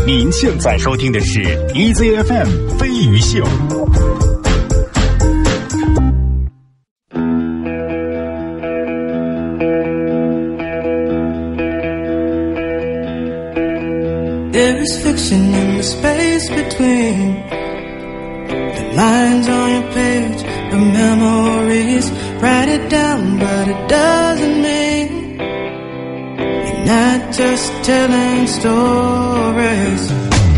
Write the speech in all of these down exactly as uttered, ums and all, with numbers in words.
您现在收听的是 E Z F M 飞鱼秀。 There is fiction in the space between the lines on your page of memories. Write it down, but it doesn't mean you're not just telling stories.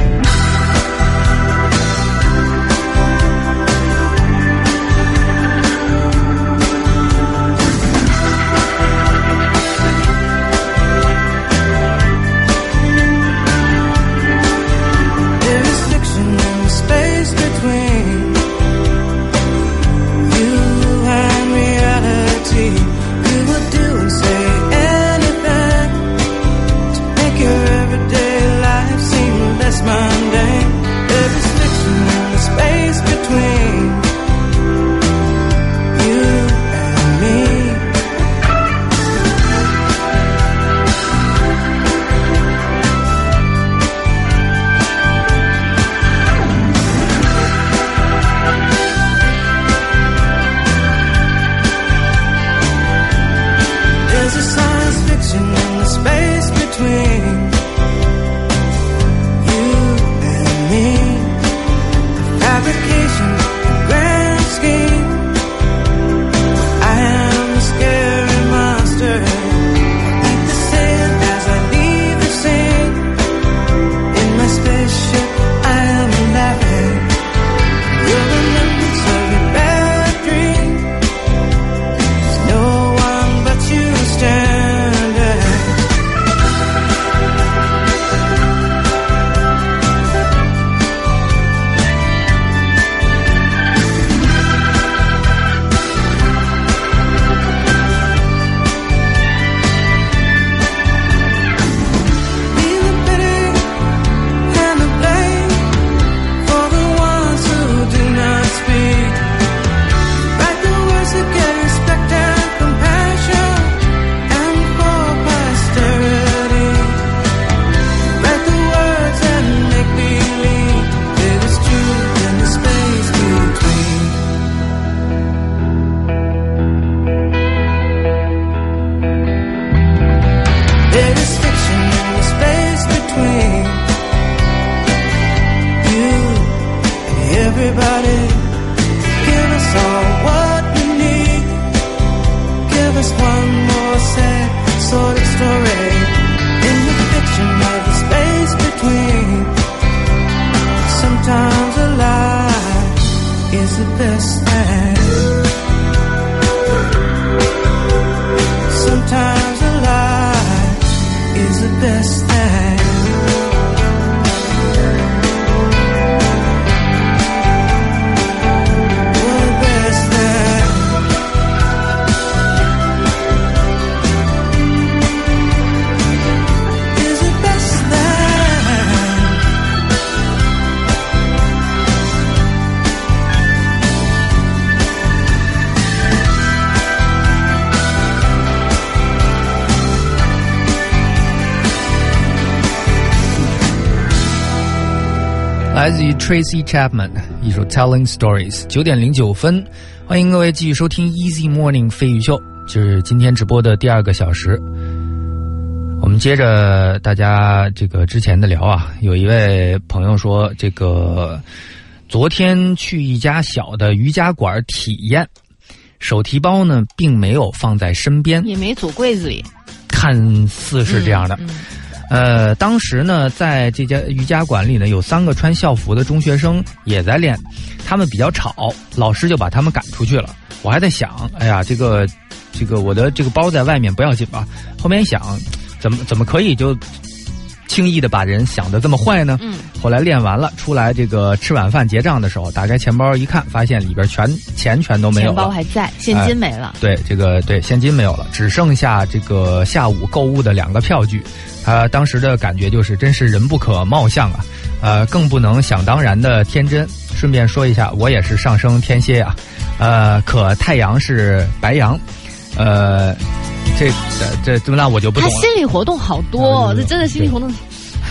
来自于 Tracy Chapman 一首 Telling Stories。 九点零九分，欢迎各位继续收听 Easy Morning 飞鱼秀，就是今天直播的第二个小时。我们接着大家这个之前的聊啊，有一位朋友说，这个昨天去一家小的瑜伽馆体验，手提包呢并没有放在身边， 也没锁柜子里， 看似是这样的。嗯嗯呃，当时呢，在这家瑜伽馆里呢，有三个穿校服的中学生也在练，他们比较吵，老师就把他们赶出去了。我还在想，哎呀，这个，这个我的这个包在外面不要紧吧？后面想，怎么怎么可以就轻易的把人想得这么坏呢？嗯。后来练完了，出来这个吃晚饭结账的时候，打开钱包一看，发现里边全钱全都没有了， 钱包还在，现金没了。 呃、对，这个对现金没有了，只剩下这个下午购物的两个票据。他、呃、当时的感觉就是，真是人不可貌相啊，呃，更不能想当然的天真。顺便说一下，我也是上升天蝎啊，呃，可太阳是白羊，呃，这这这那我就不懂了。 他心理活动好多、哦，这、嗯、真的心理活动。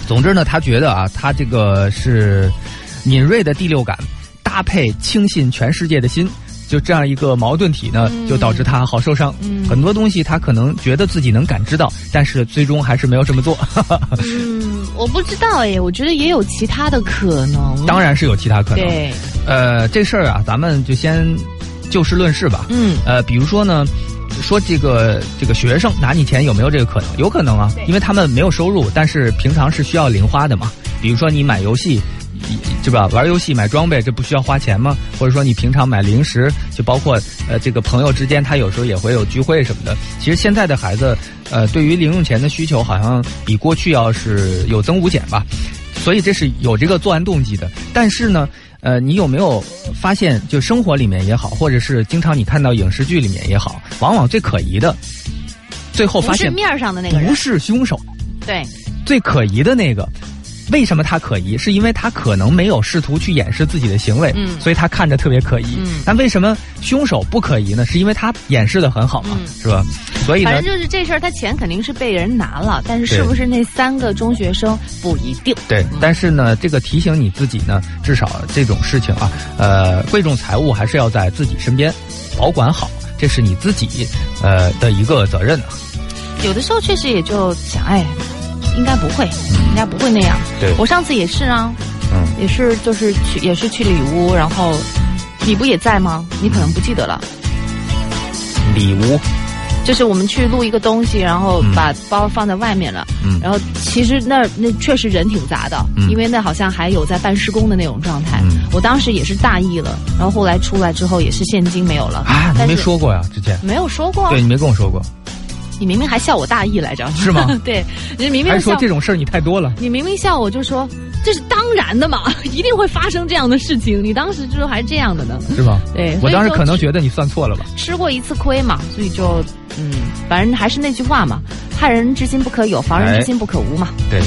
总之呢，他觉得啊，他这个是敏锐的第六感搭配轻信全世界的心，就这样一个矛盾体呢，就导致他好受伤。嗯、很多东西他可能觉得自己能感知到，但是最终还是没有这么做。 嗯，我不知道哎，我觉得也有其他的可能。 当然是有其他可能。 对， 呃，这事儿啊，咱们就先就事论事吧。 嗯， 呃，比如说呢。说这个这个学生拿你钱有没有这个可能？有可能啊，因为他们没有收入，但是平常是需要零花的嘛。比如说你买游戏，对吧？玩游戏买装备，这不需要花钱吗？或者说你平常买零食，就包括呃这个朋友之间，他有时候也会有聚会什么的。其实现在的孩子，呃，对于零用钱的需求好像比过去要是有增无减吧。所以这是有这个作案动机的。但是呢。呃，你有没有发现，就生活里面也好，或者是经常你看到影视剧里面也好，往往最可疑的，最后发现不是面上的那个人， 不是凶手。 对， 最可疑的那个，为什么他可疑？是因为他可能没有试图去掩饰自己的行为，嗯，所以他看着特别可疑。嗯，但为什么凶手不可疑呢？是因为他掩饰得很好嘛，嗯、是吧？所以呢， 反正就是这事儿，他钱肯定是被人拿了，但是是不是那三个中学生不一定。 对，嗯、但是呢，这个提醒你自己呢，至少这种事情啊，呃，贵重财物还是要在自己身边保管好，这是你自己呃的一个责任啊。 有的时候确实也就想，哎，应该不会，应该不会那样。 对， 我上次也是啊， 嗯， 也是就是去也是去里屋，然后你不也在吗？你可能不记得了。 里屋。 就是我们去录一个东西，然后把包放在外面了，嗯，然后其实那那确实人挺杂的，嗯，因为那好像还有在办施工的那种状态，嗯，我当时也是大意了，然后后来出来之后也是现金没有了啊，你没说过呀？之前没有说过， 对，你没跟我说过。 你明明还笑我大意来着， 是吗？ 对，你明明还说这种事儿你太多了。 你明明笑我就说这是当然的嘛，一定会发生这样的事情。你当时就说还是这样的呢， 是吧？ 对， 我当时可能觉得你算错了吧。 吃过一次亏嘛，所以就嗯，反正还是那句话嘛，害人之心不可有，防人之心不可无嘛。 对。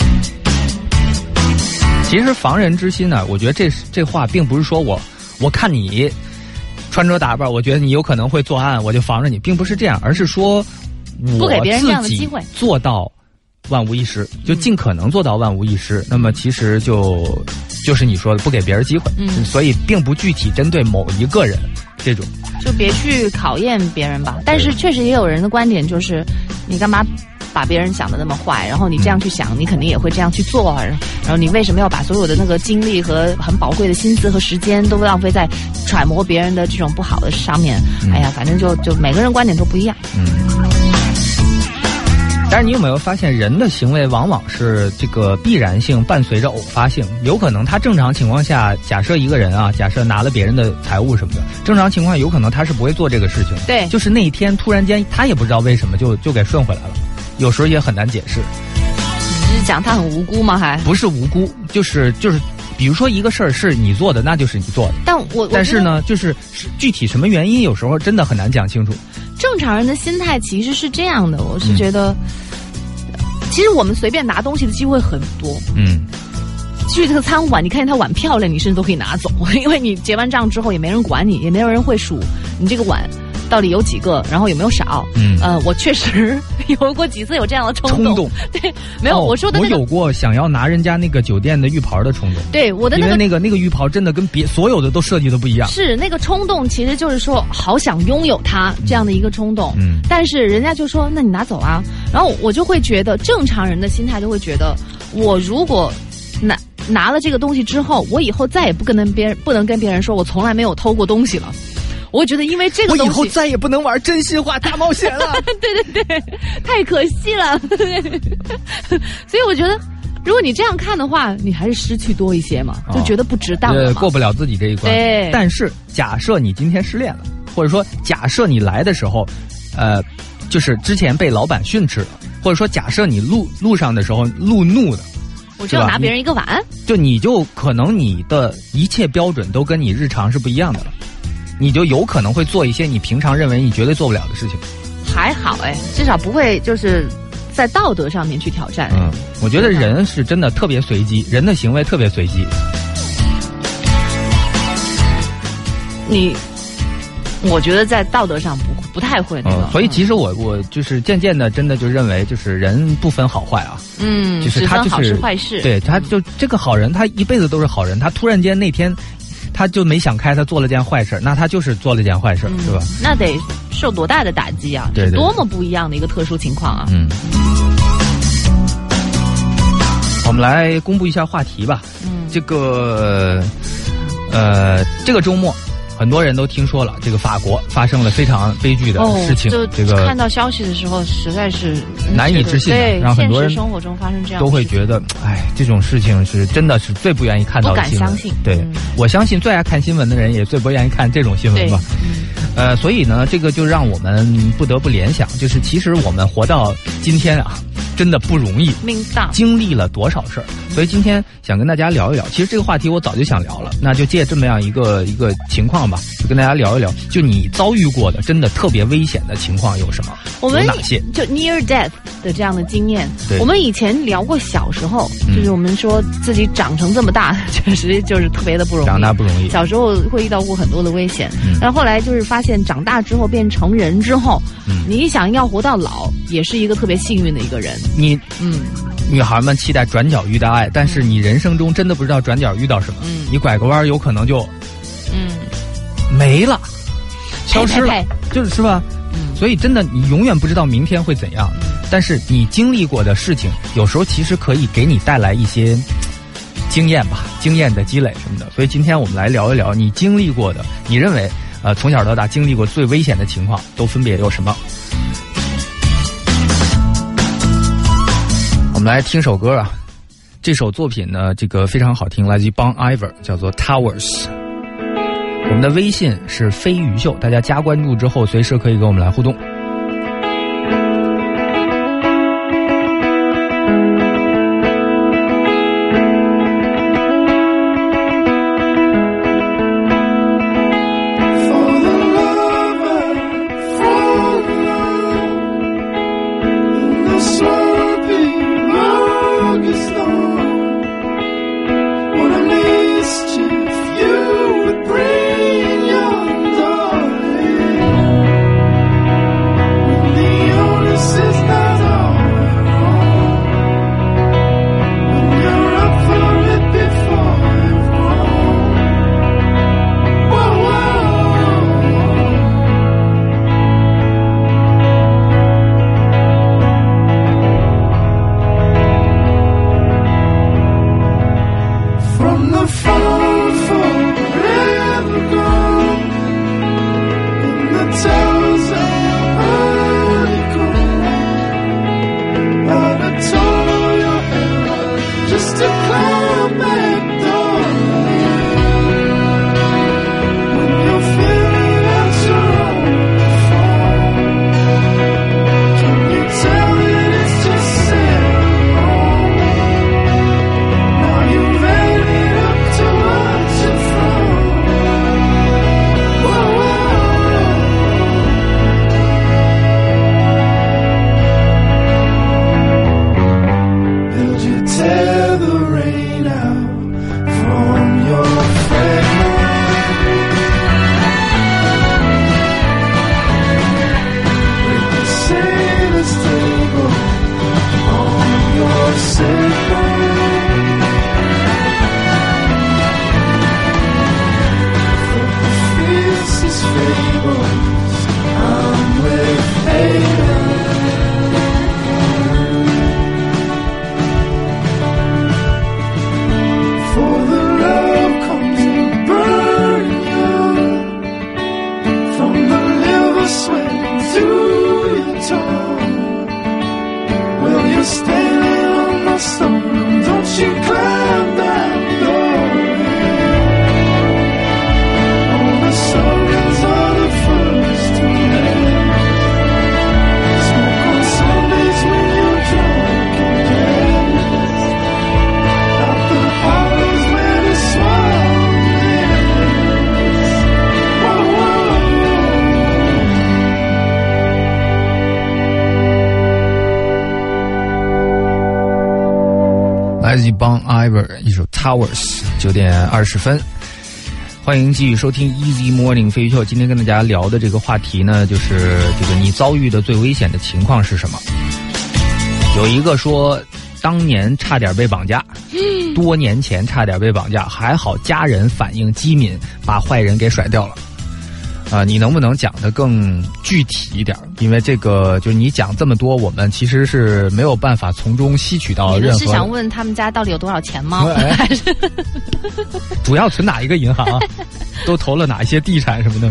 其实防人之心呢，我觉得这这话并不是说我我看你穿着打扮，我觉得你有可能会作案，我就防着你，并不是这样，而是说。 不给别人这样的机会， 做到万无一失，就尽可能做到万无一失。嗯、那么其实就就是你说的，不给别人机会，嗯，所以并不具体针对某一个人这种， 就别去考验别人吧。但是确实也有人的观点就是，你干嘛把别人想的那么坏？然后你这样去想，嗯、你肯定也会这样去做。然后你为什么要把所有的那个精力和很宝贵的心思和时间都浪费在揣摩别人的这种不好的上面？嗯、哎呀，反正就就每个人观点都不一样。 嗯。但是你有没有发现，人的行为往往是这个必然性伴随着偶发性？有可能他正常情况下，假设一个人啊，假设拿了别人的财物什么的，正常情况有可能他是不会做这个事情。 对， 就是那一天突然间他也不知道为什么就就给顺回来了，有时候也很难解释。 你是讲他很无辜吗？还不是无辜，就是就是，比如说一个事儿是你做的，那就是你做的。 但我但是呢，就是具体什么原因，有时候真的很难讲清楚。 正常人的心态其实是这样的，我是觉得。嗯其实我们随便拿东西的机会很多，嗯，去这个餐馆，你看见他碗漂亮，你甚至都可以拿走，因为你结完账之后也没人管你，也没有人会数你这个碗到底有几个，然后有没有少。嗯，呃，我确实有过几次有这样的冲动。 冲动， 对，没有、哦、我说的、那个。 我有过想要拿人家那个酒店的浴袍的冲动。 对，我的那个， 因为那个那个浴袍真的跟别所有的都设计的不一样。 是那个冲动，其实就是说好想拥有它这样的一个冲动。嗯，但是人家就说那你拿走啊，然后我就会觉得正常人的心态就会觉得，我如果拿拿了这个东西之后，我以后再也不跟别人不能跟别人说我从来没有偷过东西了。我会觉得因为这个东西， 我以后再也不能玩真心话大冒险了。 对对对，太可惜了。所以我觉得，如果你这样看的话，你还是失去多一些嘛，就觉得不值当了嘛、 哦、过不了自己这一关。 对。 但是假设你今天失恋了，或者说假设你来的时候，呃，就是之前被老板训斥了，或者说假设你路路上的时候路怒的。 我就要拿别人一个碗， 就你就可能你的一切标准都跟你日常是不一样的了。你就有可能会做一些你平常认为你绝对做不了的事情。 还好哎，至少不会就是在道德上面去挑战。 嗯，我觉得人是真的特别随机，人的行为特别随机。 你我觉得在道德上不不太会那个、 嗯。所以其实我我就是渐渐的真的就认为，就是人不分好坏啊。 嗯， 就是他就是好事坏事。 对，他就这个好人，他一辈子都是好人，他突然间那天。他就没想开，他做了件坏事，那他就是做了件坏事，是、嗯、吧？ 那得受多大的打击啊！ 对对对， 多么不一样的一个特殊情况啊！ 嗯，我们来公布一下话题吧。嗯，这个呃，这个周末。很多人都听说了，这个法国发生了非常悲剧的事情。 哦、 这个看到消息的时候，实在是难以置信， 对， 让很多人生活中发生这样都会觉得，哎，这种事情是真的是最不愿意看到的新闻。 不敢相信。 对、嗯，我相信最爱看新闻的人也最不愿意看这种新闻吧。嗯、呃，所以呢，这个就让我们不得不联想，就是其实我们活到今天啊。真的不容易， 命大， 经历了多少事儿，所以今天想跟大家聊一聊。其实这个话题我早就想聊了，那就借这么样一个一个情况吧，就跟大家聊一聊，就你遭遇过的真的特别危险的情况有什么？ 我们有哪些？ 就 near death 的这样的经验。 对， 我们以前聊过小时候，嗯、就是我们说自己长成这么大，确实就是特别的不容易， 长大不容易。 小时候会遇到过很多的危险，嗯、然后后来就是发现长大之后变成人之后，嗯、你一想要活到老，也是一个特别幸运的一个人。 你嗯。女孩们期待转角遇到爱，但是你人生中真的不知道转角遇到什么，嗯、你拐个弯有可能就，嗯，没了，消失了， 呸呸呸就是是吧？嗯，所以真的你永远不知道明天会怎样，嗯、但是你经历过的事情，有时候其实可以给你带来一些经验吧，经验的积累什么的。所以今天我们来聊一聊你经历过的，你认为呃从小到大经历过最危险的情况都分别有什么？我们来听首歌啊，这首作品呢，这个非常好听，来自于 Bon Iver， 叫做 Towers。我们的微信是飞鱼秀，大家加关注之后，随时可以跟我们来互动。来自于 Bon Iver 一首 Towers， 九点二十分。 欢迎继续收听 Easy Morning 飞鱼秀。今天跟大家聊的这个话题呢，就是这个你遭遇的最危险的情况是什么？有一个说当年差点被绑架，多年前差点被绑架，还好家人反应机敏，把坏人给甩掉了。啊、呃，你能不能讲得更具体一点？因为这个就是你讲这么多，我们其实是没有办法从中吸取到任何。 你是想问他们家到底有多少钱吗？还是主要存哪一个银行啊？都投了哪一些地产什么的？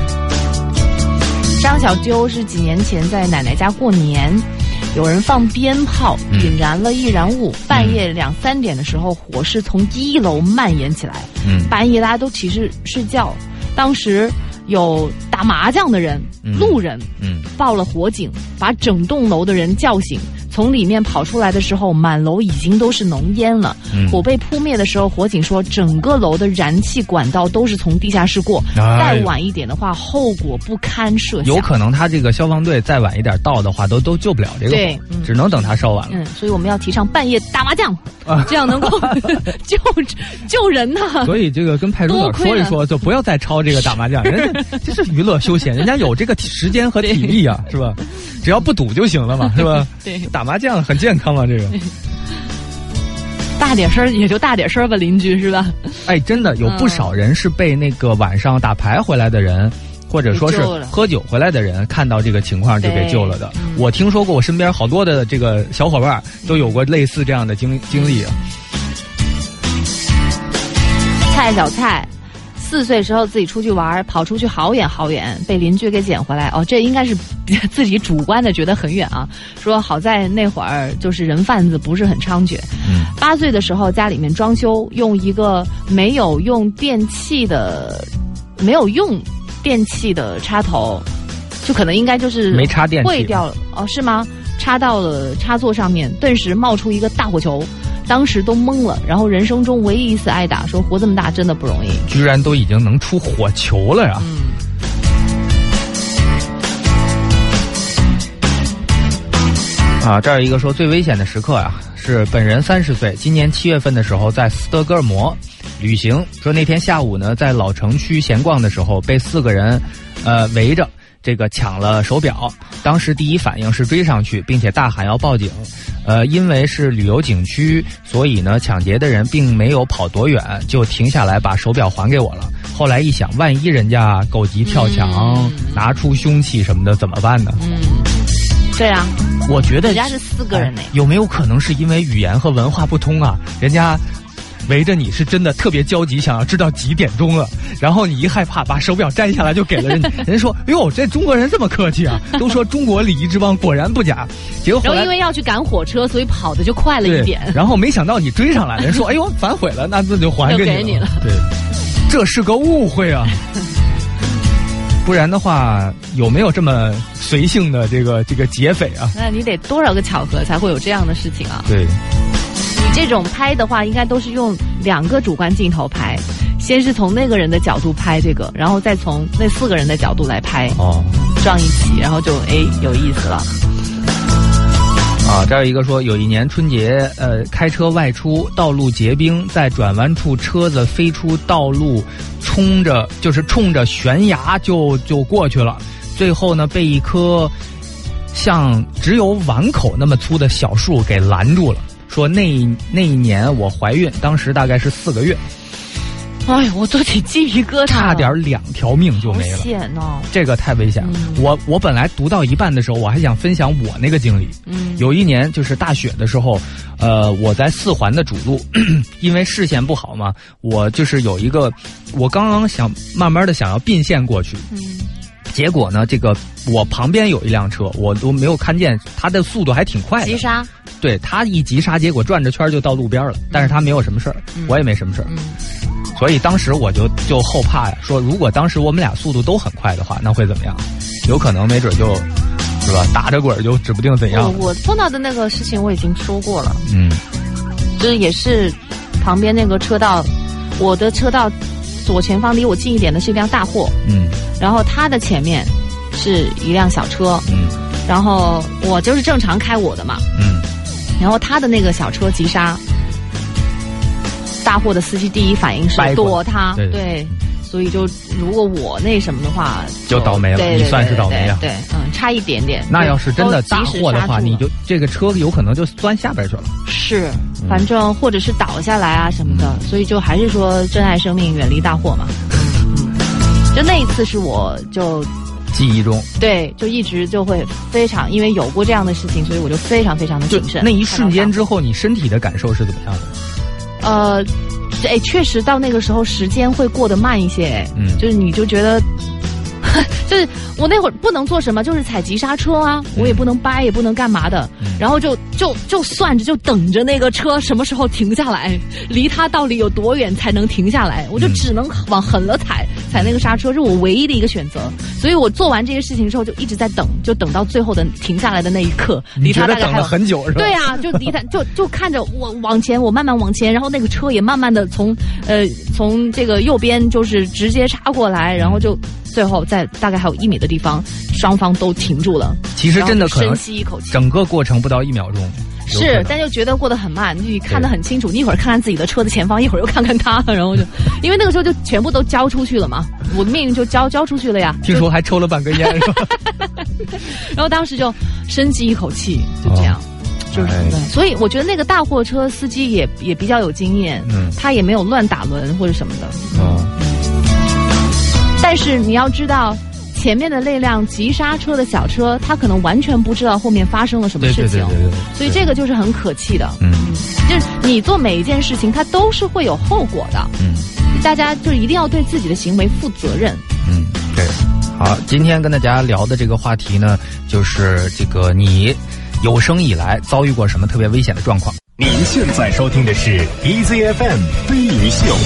张小揪是几年前在奶奶家过年，有人放鞭炮，引燃了易燃物。嗯、半夜两三点的时候，火势从一楼蔓延起来。嗯，半夜大家都起身睡觉，当时有打麻将的人、嗯、路人，嗯，报了火警，把整栋楼的人叫醒。从里面跑出来的时候，满楼已经都是浓烟了。嗯、火被扑灭的时候，火警说整个楼的燃气管道都是从地下室过，哎、再晚一点的话，后果不堪设想。 有可能他这个消防队再晚一点到的话，都都救不了这个火，对、嗯，只能等他烧完了。 嗯，所以我们要提倡半夜打麻将，啊、这样能够救救人呐、啊。 所以这个跟派出所说一说，就不要再抄这个打麻将，人家这是娱乐休闲，人家有这个时间和体力啊，是吧？只要不赌就行了嘛，是吧？ 对， 打麻将很健康嘛，这个。 大点声也就大点声吧，邻居是吧？ 哎，真的有不少人是被那个晚上打牌回来的人，或者说是喝酒回来的人，看到这个情况就给救了的。我听说过，我身边好多的这个小伙伴都有过类似这样的经经历啊。 蔡小蔡。四岁时候自己出去玩，跑出去好远好远，被邻居给捡回来。哦，这应该是自己主观的觉得很远啊。说好在那会儿就是人贩子不是很猖獗。嗯，八岁的时候家里面装修，用一个没有用电器的、没有用电器的插头，就可能应该就是没插电器， 坏掉了。哦，是吗？插到了插座上面，顿时冒出一个大火球。当时都懵了，然后人生中唯一一次挨打，说活这么大真的不容易， 居然都已经能出火球了呀！嗯、啊，这儿有一个说最危险的时刻啊，是本人三十岁，今年七月份的时候在斯德哥尔摩旅行，说那天下午呢，在老城区闲逛的时候，被四个人呃围着。这个抢了手表，当时第一反应是追上去，并且大喊要报警。呃，因为是旅游景区，所以呢，抢劫的人并没有跑多远，就停下来把手表还给我了。后来一想，万一人家狗急跳墙，嗯、拿出凶器什么的，怎么办呢？ 嗯，对啊， 我觉得人家是四个人呢、哎， 有没有可能是因为语言和文化不通啊？人家。围着你是真的特别焦急，想要知道几点钟了，然后你一害怕，把手表摘下来就给了人家。人说：“哎呦，这中国人这么客气啊！”都说中国礼仪之邦，果然不假。结果后来然后因为要去赶火车，所以跑的就快了一点。 然后没想到你追上来，人说：“哎呦，反悔了，那这就还给你了。” 给你了。 对，这是个误会啊！不然的话，有没有这么随性的这个这个劫匪啊？ 那你得多少个巧合才会有这样的事情啊？ 对。 这种拍的话，应该都是用两个主观镜头拍，先是从那个人的角度拍这个，然后再从那四个人的角度来拍，哦，撞一起，然后就哎有意思了。 啊，这儿一个说，有一年春节，呃，开车外出，道路结冰，在转弯处车子飞出道路，冲着就是冲着悬崖就就过去了，最后呢被一棵像只有碗口那么粗的小树给拦住了。说那那一年我怀孕，当时大概是四个月。 哎呀，我都起鸡皮疙瘩了， 差点两条命就没了。 好险哦！ 这个太危险了。嗯、我我本来读到一半的时候，我还想分享我那个经历。嗯，有一年就是大雪的时候，呃，我在四环的主路，因为视线不好嘛，我就是有一个，我刚刚想慢慢的想要并线过去。嗯。结果呢，这个我旁边有一辆车，我都没有看见，它的速度还挺快的。 急刹。 对，他一急刹，结果转着圈就到路边了，但是他没有什么事儿，嗯、我也没什么事儿。嗯、所以当时我就就后怕呀，说如果当时我们俩速度都很快的话，那会怎么样？有可能没准就，是吧？打着滚就指不定怎样。 我我碰到的那个事情我已经说过了。嗯，就是也是旁边那个车道，我的车道左前方离我近一点的是一辆大货。嗯。然后他的前面是一辆小车。嗯。然后我就是正常开我的嘛。嗯。然后他的那个小车急刹，大货的司机第一反应是躲他， 对，对所以就如果我那什么的话， 就倒霉了， 对对对你算是倒霉啊。 对，嗯，差一点点。 那要是真的大祸的话，你就这个车有可能就钻下边去了。 是，反正或者是倒下来啊什么的，嗯、所以就还是说珍爱生命，远离大祸嘛。嗯嗯，就那一次是我就。 记忆中， 对，就一直就会非常，因为有过这样的事情，所以我就非常非常的谨慎。 那一瞬间之后，你身体的感受是怎么样的？ 呃，哎，确实到那个时候时间会过得慢一些，嗯，就是你就觉得，就是我那会儿不能做什么，就是踩急刹车啊，我也不能掰，也不能干嘛的，嗯、然后就就就算着就等着那个车什么时候停下来，离它到底有多远才能停下来，我就只能往狠了踩。踩那个刹车是我唯一的一个选择，所以我做完这些事情之后就一直在等，就等到最后的停下来的那一刻，离他大概还有很久是吧？ 对啊，就离他就就看着我往前，我慢慢往前，然后那个车也慢慢的从呃从这个右边就是直接插过来，然后就最后在大概还有一米的地方，双方都停住了。 其实真的可能深吸一口气， 整个过程不到一秒钟。 是，但就觉得过得很慢，你看得很清楚。你一会儿看看自己的车的前方，一会儿又看看他，然后就，因为那个时候就全部都交出去了嘛，我的命运就交交出去了呀。 听说还抽了半根烟是吧？ 然后当时就深吸一口气，就这样，哦、就是、哎、所以我觉得那个大货车司机也也比较有经验，嗯，他也没有乱打轮或者什么的。哦。但是你要知道。前面的那辆急刹车的小车，他可能完全不知道后面发生了什么事情， 对对对对对， 所以这个就是很可气的。嗯，就是你做每一件事情，它都是会有后果的。嗯，大家就一定要对自己的行为负责任。 嗯，对。好，今天跟大家聊的这个话题呢，就是这个你有生以来遭遇过什么特别危险的状况？ 您现在收听的是 E Z F M 飞鱼秀。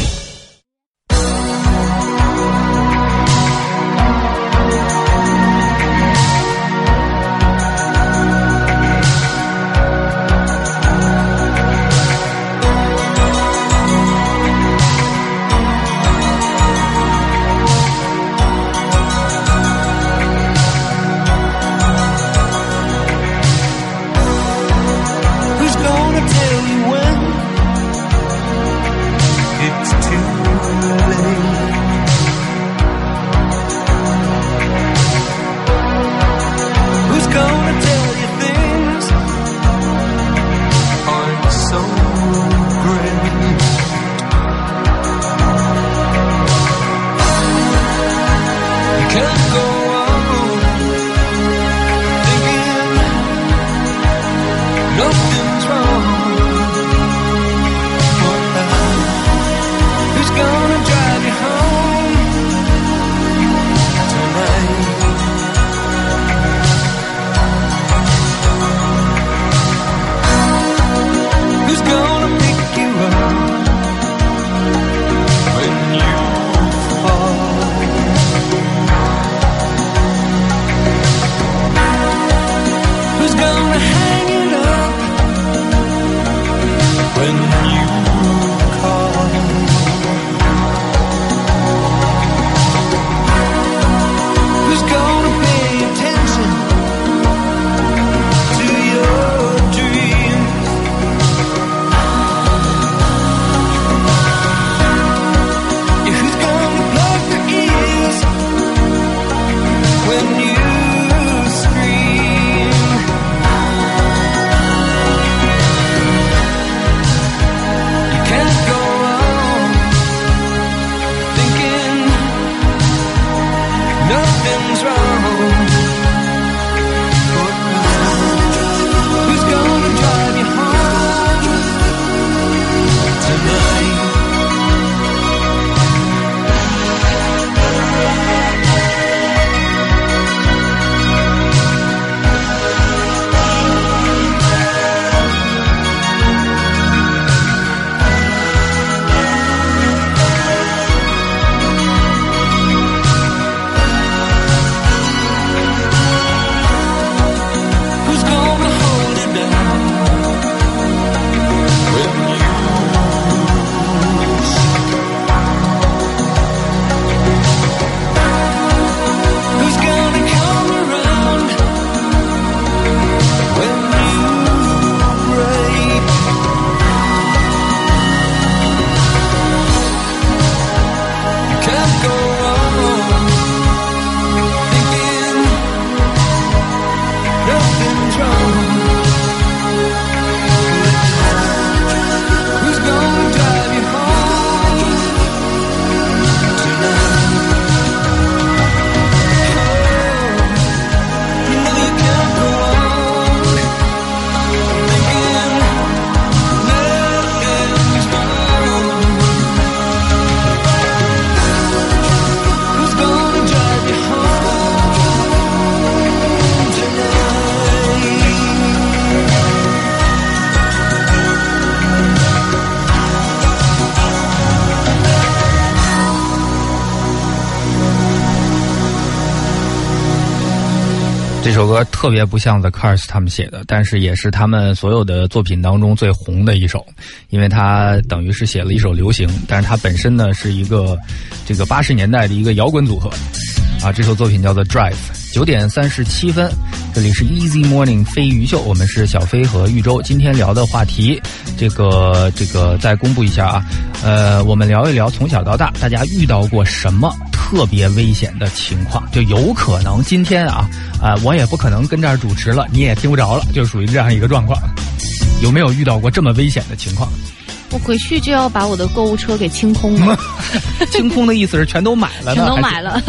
这首歌特别不像 The Cars 他们写的，但是也是他们所有的作品当中最红的一首，因为它等于是写了一首流行，但是它本身呢是一个这个八十年代的一个摇滚组合啊。这首作品叫做 Drive。九点三十七分，这里是 Easy Morning 飞鱼秀，我们是小飞和玉州。今天聊的话题，这个这个再公布一下啊，呃，我们聊一聊从小到大大家遇到过什么特别危险的情况，就有可能今天啊啊、呃，我也不可能跟这儿主持了，你也听不着了，就属于这样一个状况。有没有遇到过这么危险的情况？ 我回去就要把我的购物车给清空了。 清空的意思是全都买了呢？ 全都买了。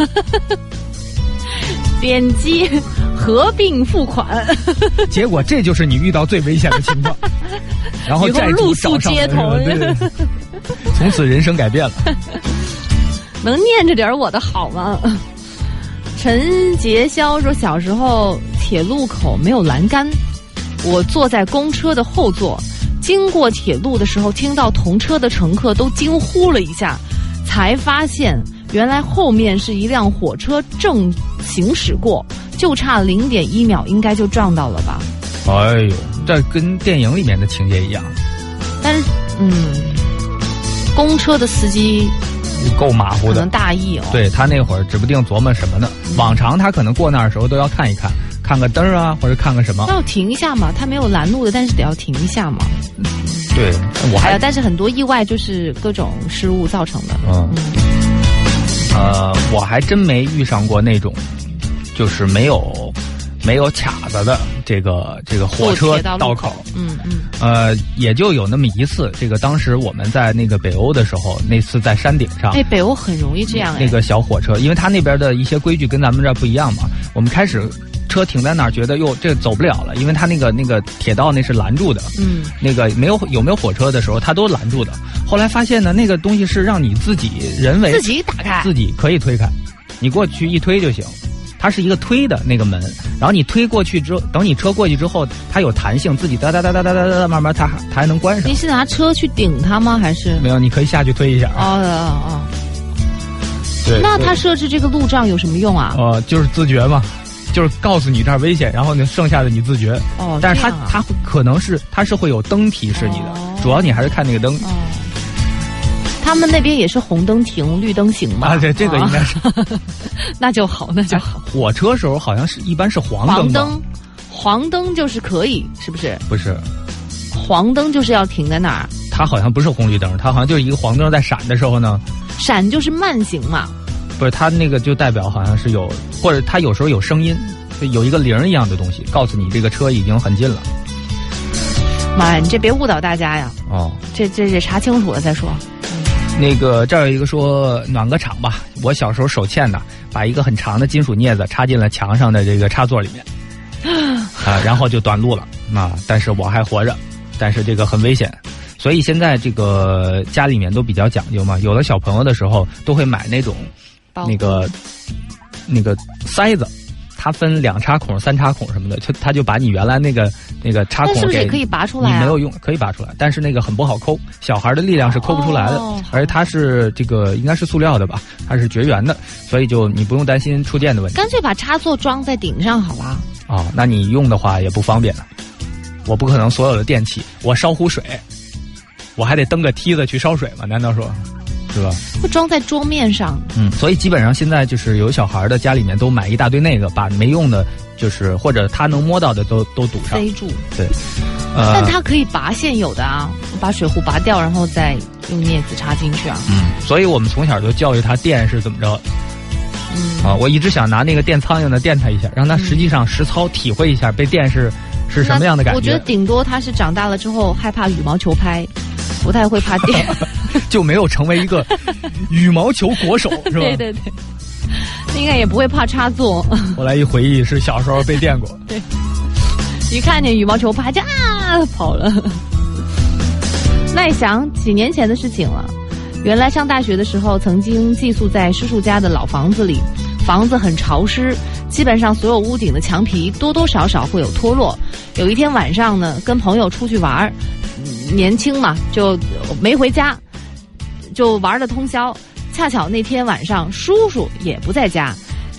点击合并付款， 结果这就是你遇到最危险的情况。然后债主找上街头， 对对对，从此人生改变了。 能念着点我的好吗？陈杰潇说，小时候铁路口没有栏杆，我坐在公车的后座，经过铁路的时候，听到同车的乘客都惊呼了一下，才发现原来后面是一辆火车正行驶过，就差零点一秒，应该就撞到了吧？ 哎呦，这跟电影里面的情节一样。 但是，嗯，公车的司机够马虎的， 可能大意哦。 对，他那会儿指不定琢磨什么呢。嗯、往常他可能过那儿的时候都要看一看，看个灯啊，或者看个什么。 要停一下嘛，他没有拦路的，但是得要停一下嘛。 对，我还、 哎、但是很多意外就是各种失误造成的。 嗯。嗯呃，我还真没遇上过那种，就是没有没有卡子的这个这个火车道口。 嗯嗯。 呃，也就有那么一次，这个当时我们在那个北欧的时候，那次在山顶上。 哎，北欧很容易这样哎。 那个小火车，因为它那边的一些规矩跟咱们这儿不一样嘛，我们开始车停在那儿，觉得哟这走不了了，因为它那个那个铁道那是拦住的。 嗯。那个没有有没有火车的时候，它都拦住的。后来发现呢，那个东西是让你自己人为自己打开， 自己可以推开，你过去一推就行。它是一个推的那个门，然后你推过去之后，等你车过去之后，它有弹性，自己哒哒哒哒哒哒哒，慢慢它它还能关上。 你是拿车去顶它吗？还是没有？你可以下去推一下。 哦哦哦。 对。 那它设置这个路障有什么用啊？ 呃，就是自觉嘛。就是告诉你这儿危险，然后呢，剩下的你自觉。 哦， 但是它、 啊、 它可能是它是会有灯提示你的， 哦、 主要你还是看那个灯。 哦。他们那边也是红灯停，绿灯行吗？ 啊，对，这个应该是。 哦、那就好，那就好。 哎、火车时候好像是一般是黄灯。 黄灯，黄灯就是可以，是不是？ 不是， 黄灯就是要停在那儿。 它好像不是红绿灯，它好像就是一个黄灯在闪的时候呢。 闪就是慢行嘛。 不是，它那个就代表好像是有，或者它有时候有声音，有一个铃一样的东西，告诉你这个车已经很近了。 妈呀，你这别误导大家呀！ 哦， 这这这查清楚了再说。 那个这儿有一个说暖个场吧，我小时候手欠的，把一个很长的金属镊子插进了墙上的这个插座里面，啊，然后就短路了啊，但是我还活着，但是这个很危险。所以现在这个家里面都比较讲究嘛，有的小朋友的时候都会买那种那个那个塞子，它分两插孔、三插孔什么的，就它就把你原来那个那个插孔给， 是不是也可以拔出来、啊？ 你没有用，可以拔出来，但是那个很不好抠，小孩的力量是抠不出来的， 哦、 而且它是这个应该是塑料的吧，它是绝缘的，所以就你不用担心触电的问题。 干脆把插座装在顶上好了。 哦，那你用的话也不方便，我不可能所有的电器，我烧壶水，我还得蹬个梯子去烧水吗？难道说？是吧？ 会装在桌面上。 嗯，所以基本上现在就是有小孩的家里面都买一大堆那个，把没用的，就是或者他能摸到的都都堵上， 塞住。 对，呃， 但它可以拔现有的啊，把水壶拔掉，然后再用镊子插进去啊。 嗯，所以我们从小就教育他电是怎么着。 嗯啊，我一直想拿那个电苍蝇的电他一下，让他实际上实操体会一下被电是、嗯、是什么样的感觉。 我觉得顶多他是长大了之后害怕羽毛球拍，不太会怕电。 就没有成为一个羽毛球国手，是吧？ 对对对，应该也不会怕插座。 后来一回忆，是小时候被电过。 对，一看见羽毛球拍就啊跑了。那想几年前的事情了，原来上大学的时候，曾经寄宿在叔叔家的老房子里，房子很潮湿，基本上所有屋顶的墙皮多多少少会有脱落。有一天晚上呢，跟朋友出去玩，年轻嘛，就没回家。就玩的通宵，恰巧那天晚上叔叔也不在家，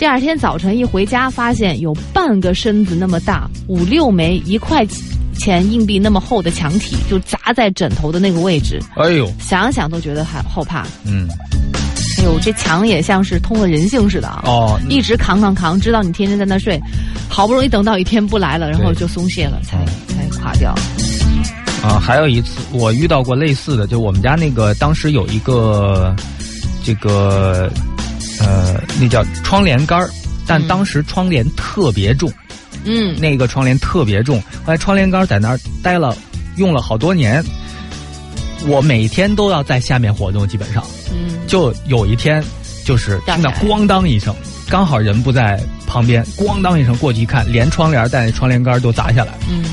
第二天早晨一回家，发现有半个身子那么大，五六枚一块钱硬币那么厚的墙体，就砸在枕头的那个位置。 哎呦， 想想都觉得还后怕。 嗯。 哎呦，这墙也像是通了人性似的啊！ 哦， 一直扛扛扛，知道你天天在那睡，好不容易等到一天不来了，然后就松懈了，才才垮掉。 啊，还有一次我遇到过类似的，就我们家那个当时有一个这个呃，那叫窗帘杆，但当时窗帘特别重， 嗯， 那个窗帘特别重，后来窗帘杆在那儿待了，用了好多年，我每天都要在下面活动，基本上。嗯，就有一天，就是听到咣当一声，刚好人不在旁边，咣当一声过去一看，连窗帘带窗帘杆都砸下来。 嗯，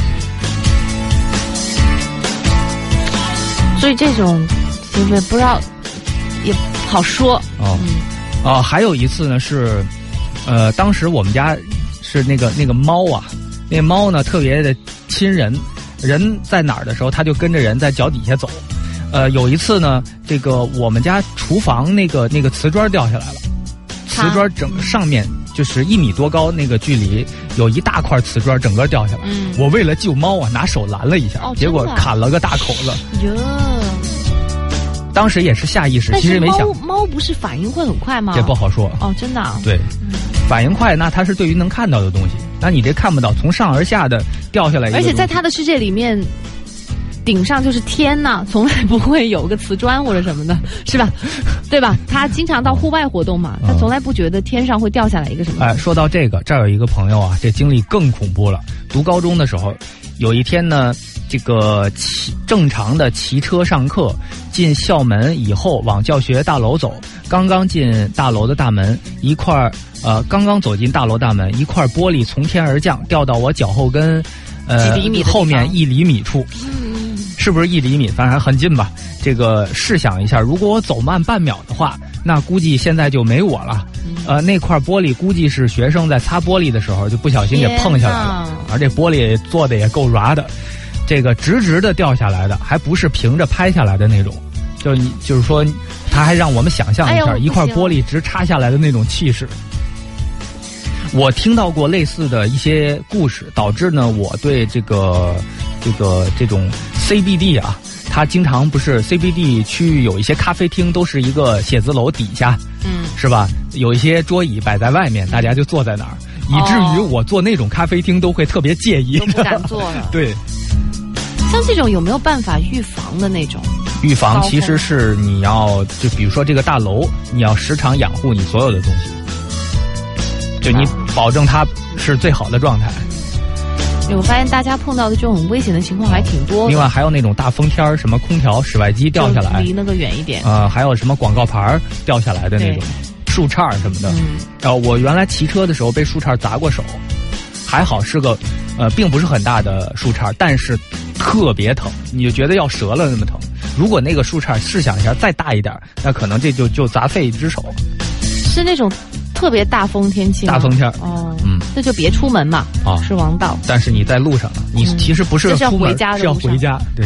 所以这种就是不知道，也不好说。 哦，嗯、哦，还有一次呢是，呃，当时我们家是那个那个猫啊，那猫呢特别的亲人，人在哪儿的时候，它就跟着人在脚底下走。呃，有一次呢，这个我们家厨房那个那个瓷砖掉下来了，瓷砖整上面就是一米多高那个距离，有一大块瓷砖整个掉下来。嗯，我为了救猫啊，拿手拦了一下，哦、结果砍了个大口子。 哟， 当时也是下意识，其实没想。 猫猫不是反应会很快吗？ 这不好说。 哦，真的、啊。 对，嗯、反应快，那它是对于能看到的东西，那你这看不到，从上而下的掉下来一个。 而且在它的世界里面。顶上就是天呐，从来不会有个瓷砖或者什么的，是吧？对吧？他经常到户外活动嘛，他从来不觉得天上会掉下来一个什么。 哎，说到这个，这儿有一个朋友啊，这经历更恐怖了。读高中的时候，有一天呢，这个骑正常的骑车上课，进校门以后往教学大楼走，刚刚进大楼的大门，一块呃，刚刚走进大楼大门，一块玻璃从天而降，掉到我脚后跟，呃， 几厘米后面一厘米处。是不是一厘米？反正很近吧。这个试想一下，如果我走慢半秒的话，那估计现在就没我了。呃，那块玻璃估计是学生在擦玻璃的时候就不小心给碰下来了，而这玻璃做的也够软的，这个直直的掉下来的，还不是平着拍下来的那种。就你就是说，他还让我们想象一下、哎、一块玻璃直插下来的那种气势。我听到过类似的一些故事，导致呢我对这个这个这种 C B D 啊，它经常不是 C B D 区域有一些咖啡厅都是一个写字楼底下，嗯，是吧？有一些桌椅摆在外面，大家就坐在那儿，以至于我做那种咖啡厅都会特别介意， 都不敢做了。 对， 像这种有没有办法预防的那种？ 预防其实是你要就比如说这个大楼，你要时常养护你所有的东西。就你保证它是最好的状态。 我发现大家碰到的这种危险的情况还挺多的。 另外还有那种大风天，什么空调、室外机掉下来， 离那个远一点。 呃，还有什么广告牌掉下来的那种，树杈什么的。嗯。然后我原来骑车的时候被树杈砸过手，还好是个呃，并不是很大的树杈，但是特别疼，你就觉得要折了那么疼。如果那个树杈试想一下再大一点，那可能这就就砸废一只手。 是那种。特别大风天气， 大风天哦，嗯，那就别出门嘛，啊，是王道。 但是你在路上了，你其实不是出门， 嗯、 是要回家，对。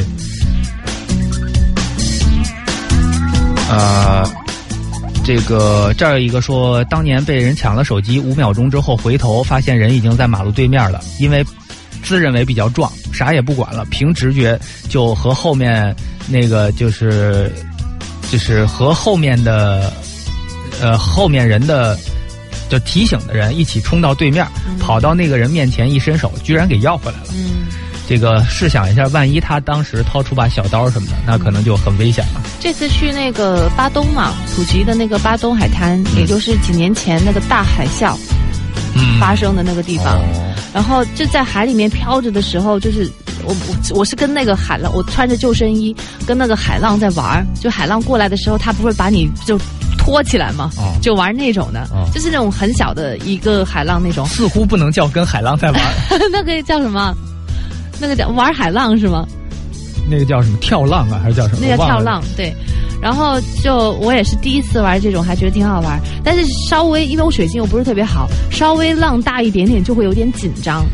呃，这个这儿有一个说，当年被人抢了手机，五秒钟之后回头发现人已经在马路对面了，因为自认为比较壮，啥也不管了，凭直觉就和后面那个就是就是和后面的呃后面人的。就提醒的人一起冲到对面、嗯、跑到那个人面前一伸手居然给要回来了。嗯，这个试想一下，万一他当时掏出把小刀什么的，那可能就很危险了。 这次去那个巴东嘛，普吉的那个巴东海滩、嗯、也就是几年前那个大海啸发生的那个地方、嗯、然后就在海里面飘着的时候，就是我我我是跟那个海浪，我穿着救生衣跟那个海浪在玩，就海浪过来的时候他不会把你就拖起来嘛、哦、就玩那种的、哦、就是那种很小的一个海浪那种， 似乎不能叫跟海浪在玩那个叫什么，那个叫玩海浪是吗？ 那个叫什么跳浪啊还是叫什么？ 那叫跳浪，对。然后就我也是第一次玩这种，还觉得挺好玩，但是稍微因为我水性又不是特别好，稍微浪大一点点就会有点紧张。嗯，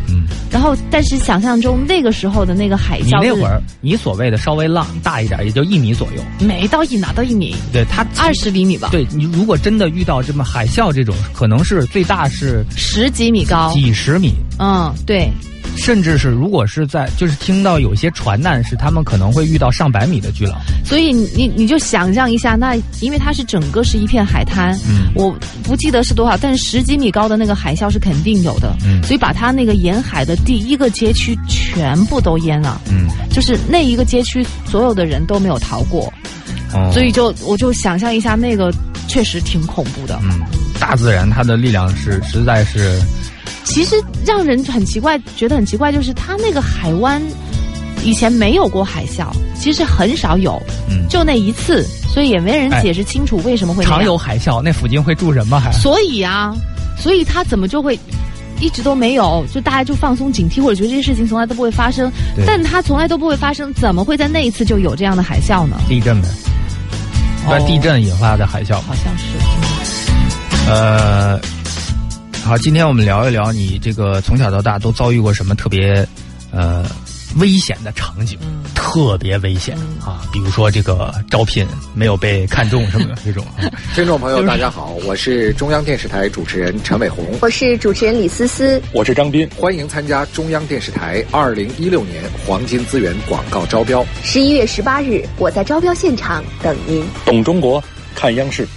然后但是想象中那个时候的那个海啸， 你那会儿你所谓的稍微浪大一点，也就一米左右， 没到一哪到一米， 对，它二十厘米吧。 对，你如果真的遇到这么海啸这种，可能是最大是十几米高， 几十米， 嗯，对。 甚至是如果是在就是听到有些传难是他们可能会遇到上百米的巨浪， 所以你你就想象一下，那因为它是整个是一片海滩，嗯，我不记得是多少，但是十几米高的那个海啸是肯定有的，嗯，所以把它那个沿海的第一个街区全部都淹了，嗯，就是那一个街区所有的人都没有逃过，哦，所以就我就想象一下，那个确实挺恐怖的， 嗯，大自然它的力量是实在是。 其实让人很奇怪，觉得很奇怪，就是它那个海湾以前没有过海啸，其实很少有，嗯，就那一次，所以也没人解释清楚为什么会那样。 常有海啸，那附近会住人吗？还所以啊，所以它怎么就会一直都没有？就大家就放松警惕，或者觉得这些事情从来都不会发生，但它从来都不会发生，怎么会在那一次就有这样的海啸呢？ 地震呗，哦，地震引发的海啸， 好像是， 嗯、呃。好，今天我们聊一聊你这个从小到大都遭遇过什么特别呃危险的场景，嗯、特别危险、嗯、啊，比如说这个招聘没有被看中什么的这种。 听众朋友大家好，我是中央电视台主持人陈伟鸿， 我是主持人李思思， 我是张斌， 欢迎参加中央电视台二零一六年黄金资源广告招标。 十一月十八日，我在招标现场等您。 懂中国，看央视。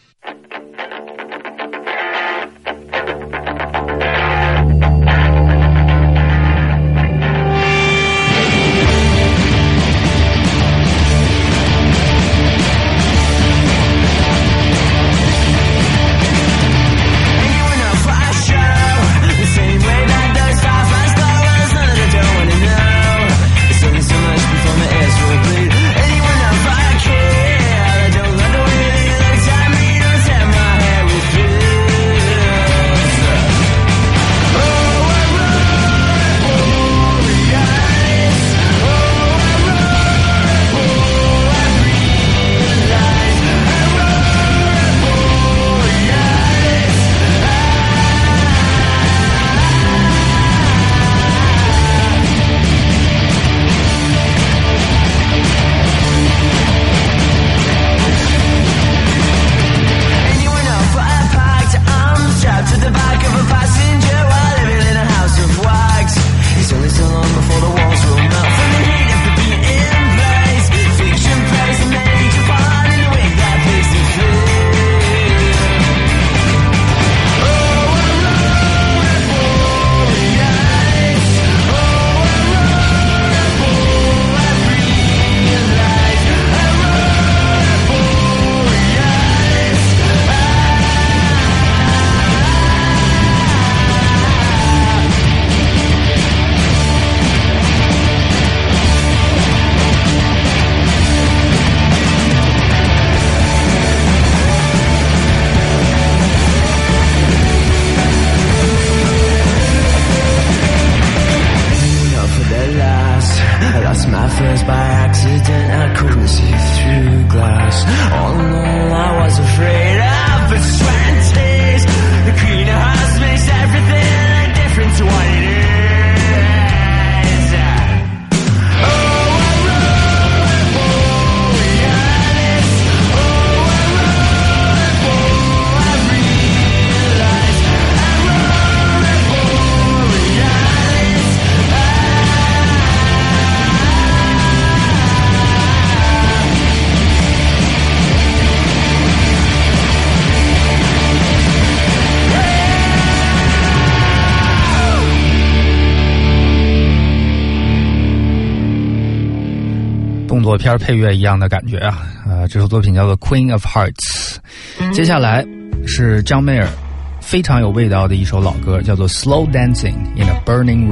动作片配乐一样的感觉啊！呃，这首作品叫做《Queen of Hearts》。接下来是张妹儿非常有味道的一首老歌，叫做《Slow Dancing in a Burning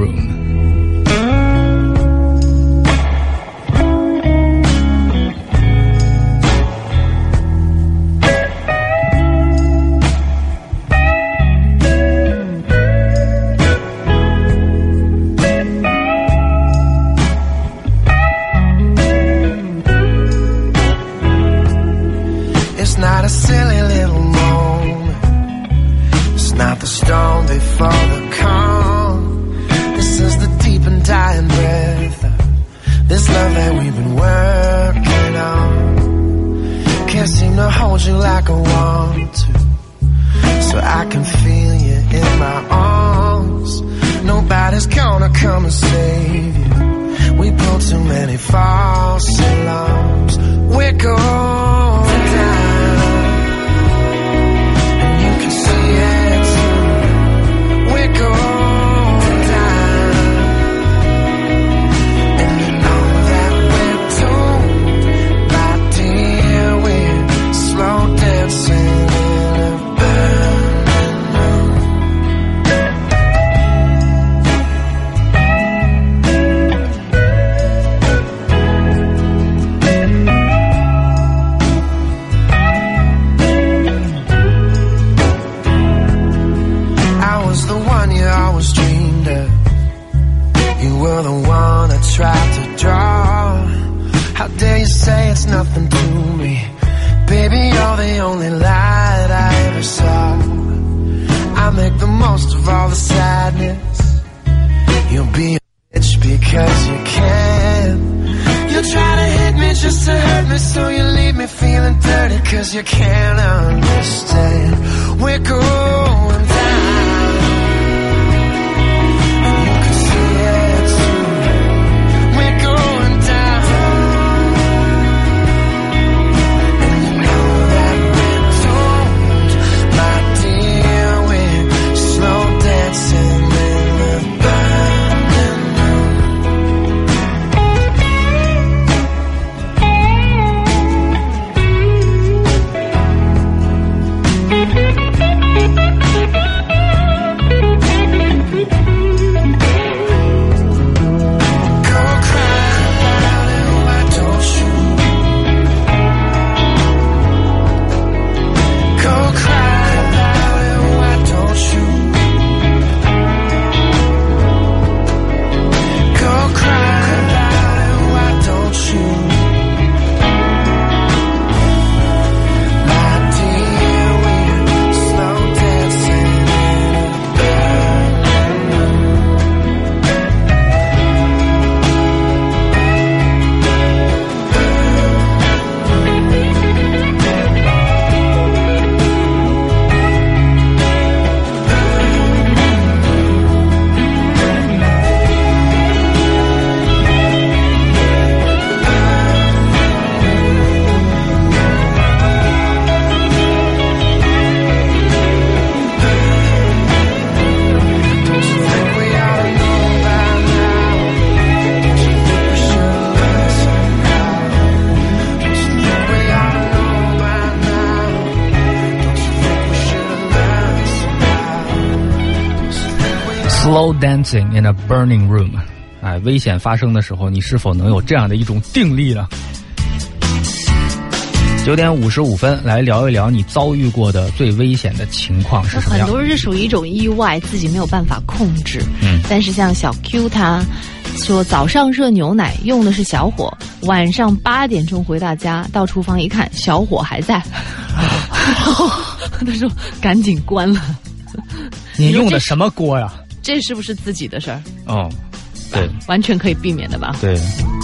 Room》。It's not the silly little moment, it's not the stone before the calm. This is the say it's nothing to me. Baby, you're the only light I ever saw. I make the most of all the sadness. You'll be a bitch because you can. You try to hit me just to hurt me, so you leave me feeling dirty cause you can't understand. We're going down, and you can see it too. We're going down, and you know that we're doomed. My dear, we're slow dancing in the burning room. Slow dancing in a burning room， 哎，危险发生的时候，你是否能有这样的一种定力呢？九点五十五分，来聊一聊你遭遇过的最危险的情况是什么样？ 很多是属于一种意外，自己没有办法控制。 嗯， 但是像小 Q 他说，早上热牛奶用的是小火，晚上八点钟回到家，到厨房一看，小火还在，他说赶紧关了。 你用的什么锅呀？ 这是不是自己的事儿？ 哦，对， 完全可以避免的吧？ 对。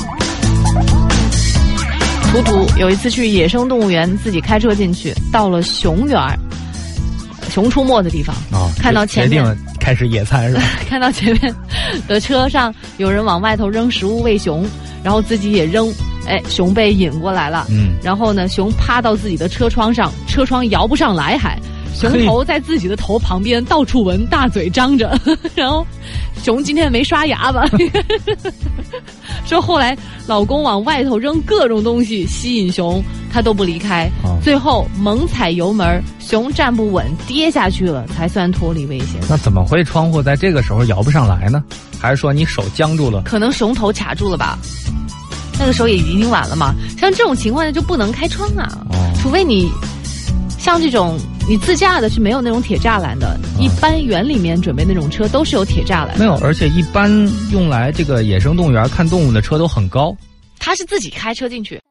图图有一次去野生动物园，自己开车进去，到了熊园，熊出没的地方，哦，看到前面决定开始野餐是吧？ 看到前面的车上有人往外头扔食物喂熊，然后自己也扔，哎，熊被引过来了，嗯，然后呢，熊趴到自己的车窗上，车窗摇不上来还。熊头在自己的头旁边到处闻，大嘴张着，然后熊今天没刷牙吧？说后来老公往外头扔各种东西吸引熊，他都不离开，哦，最后猛踩油门，熊站不稳跌下去了，才算脱离危险。 那怎么会窗户在这个时候摇不上来呢？还是说你手僵住了？ 可能熊头卡住了吧？那个时候也已经晚了嘛。像这种情况下就不能开窗啊，哦，除非你像这种。你自驾的是没有那种铁栅栏的，一般园里面准备那种车都是有铁栅栏的。 没有，而且一般用来这个野生动物园看动物的车都很高。 他是自己开车进去。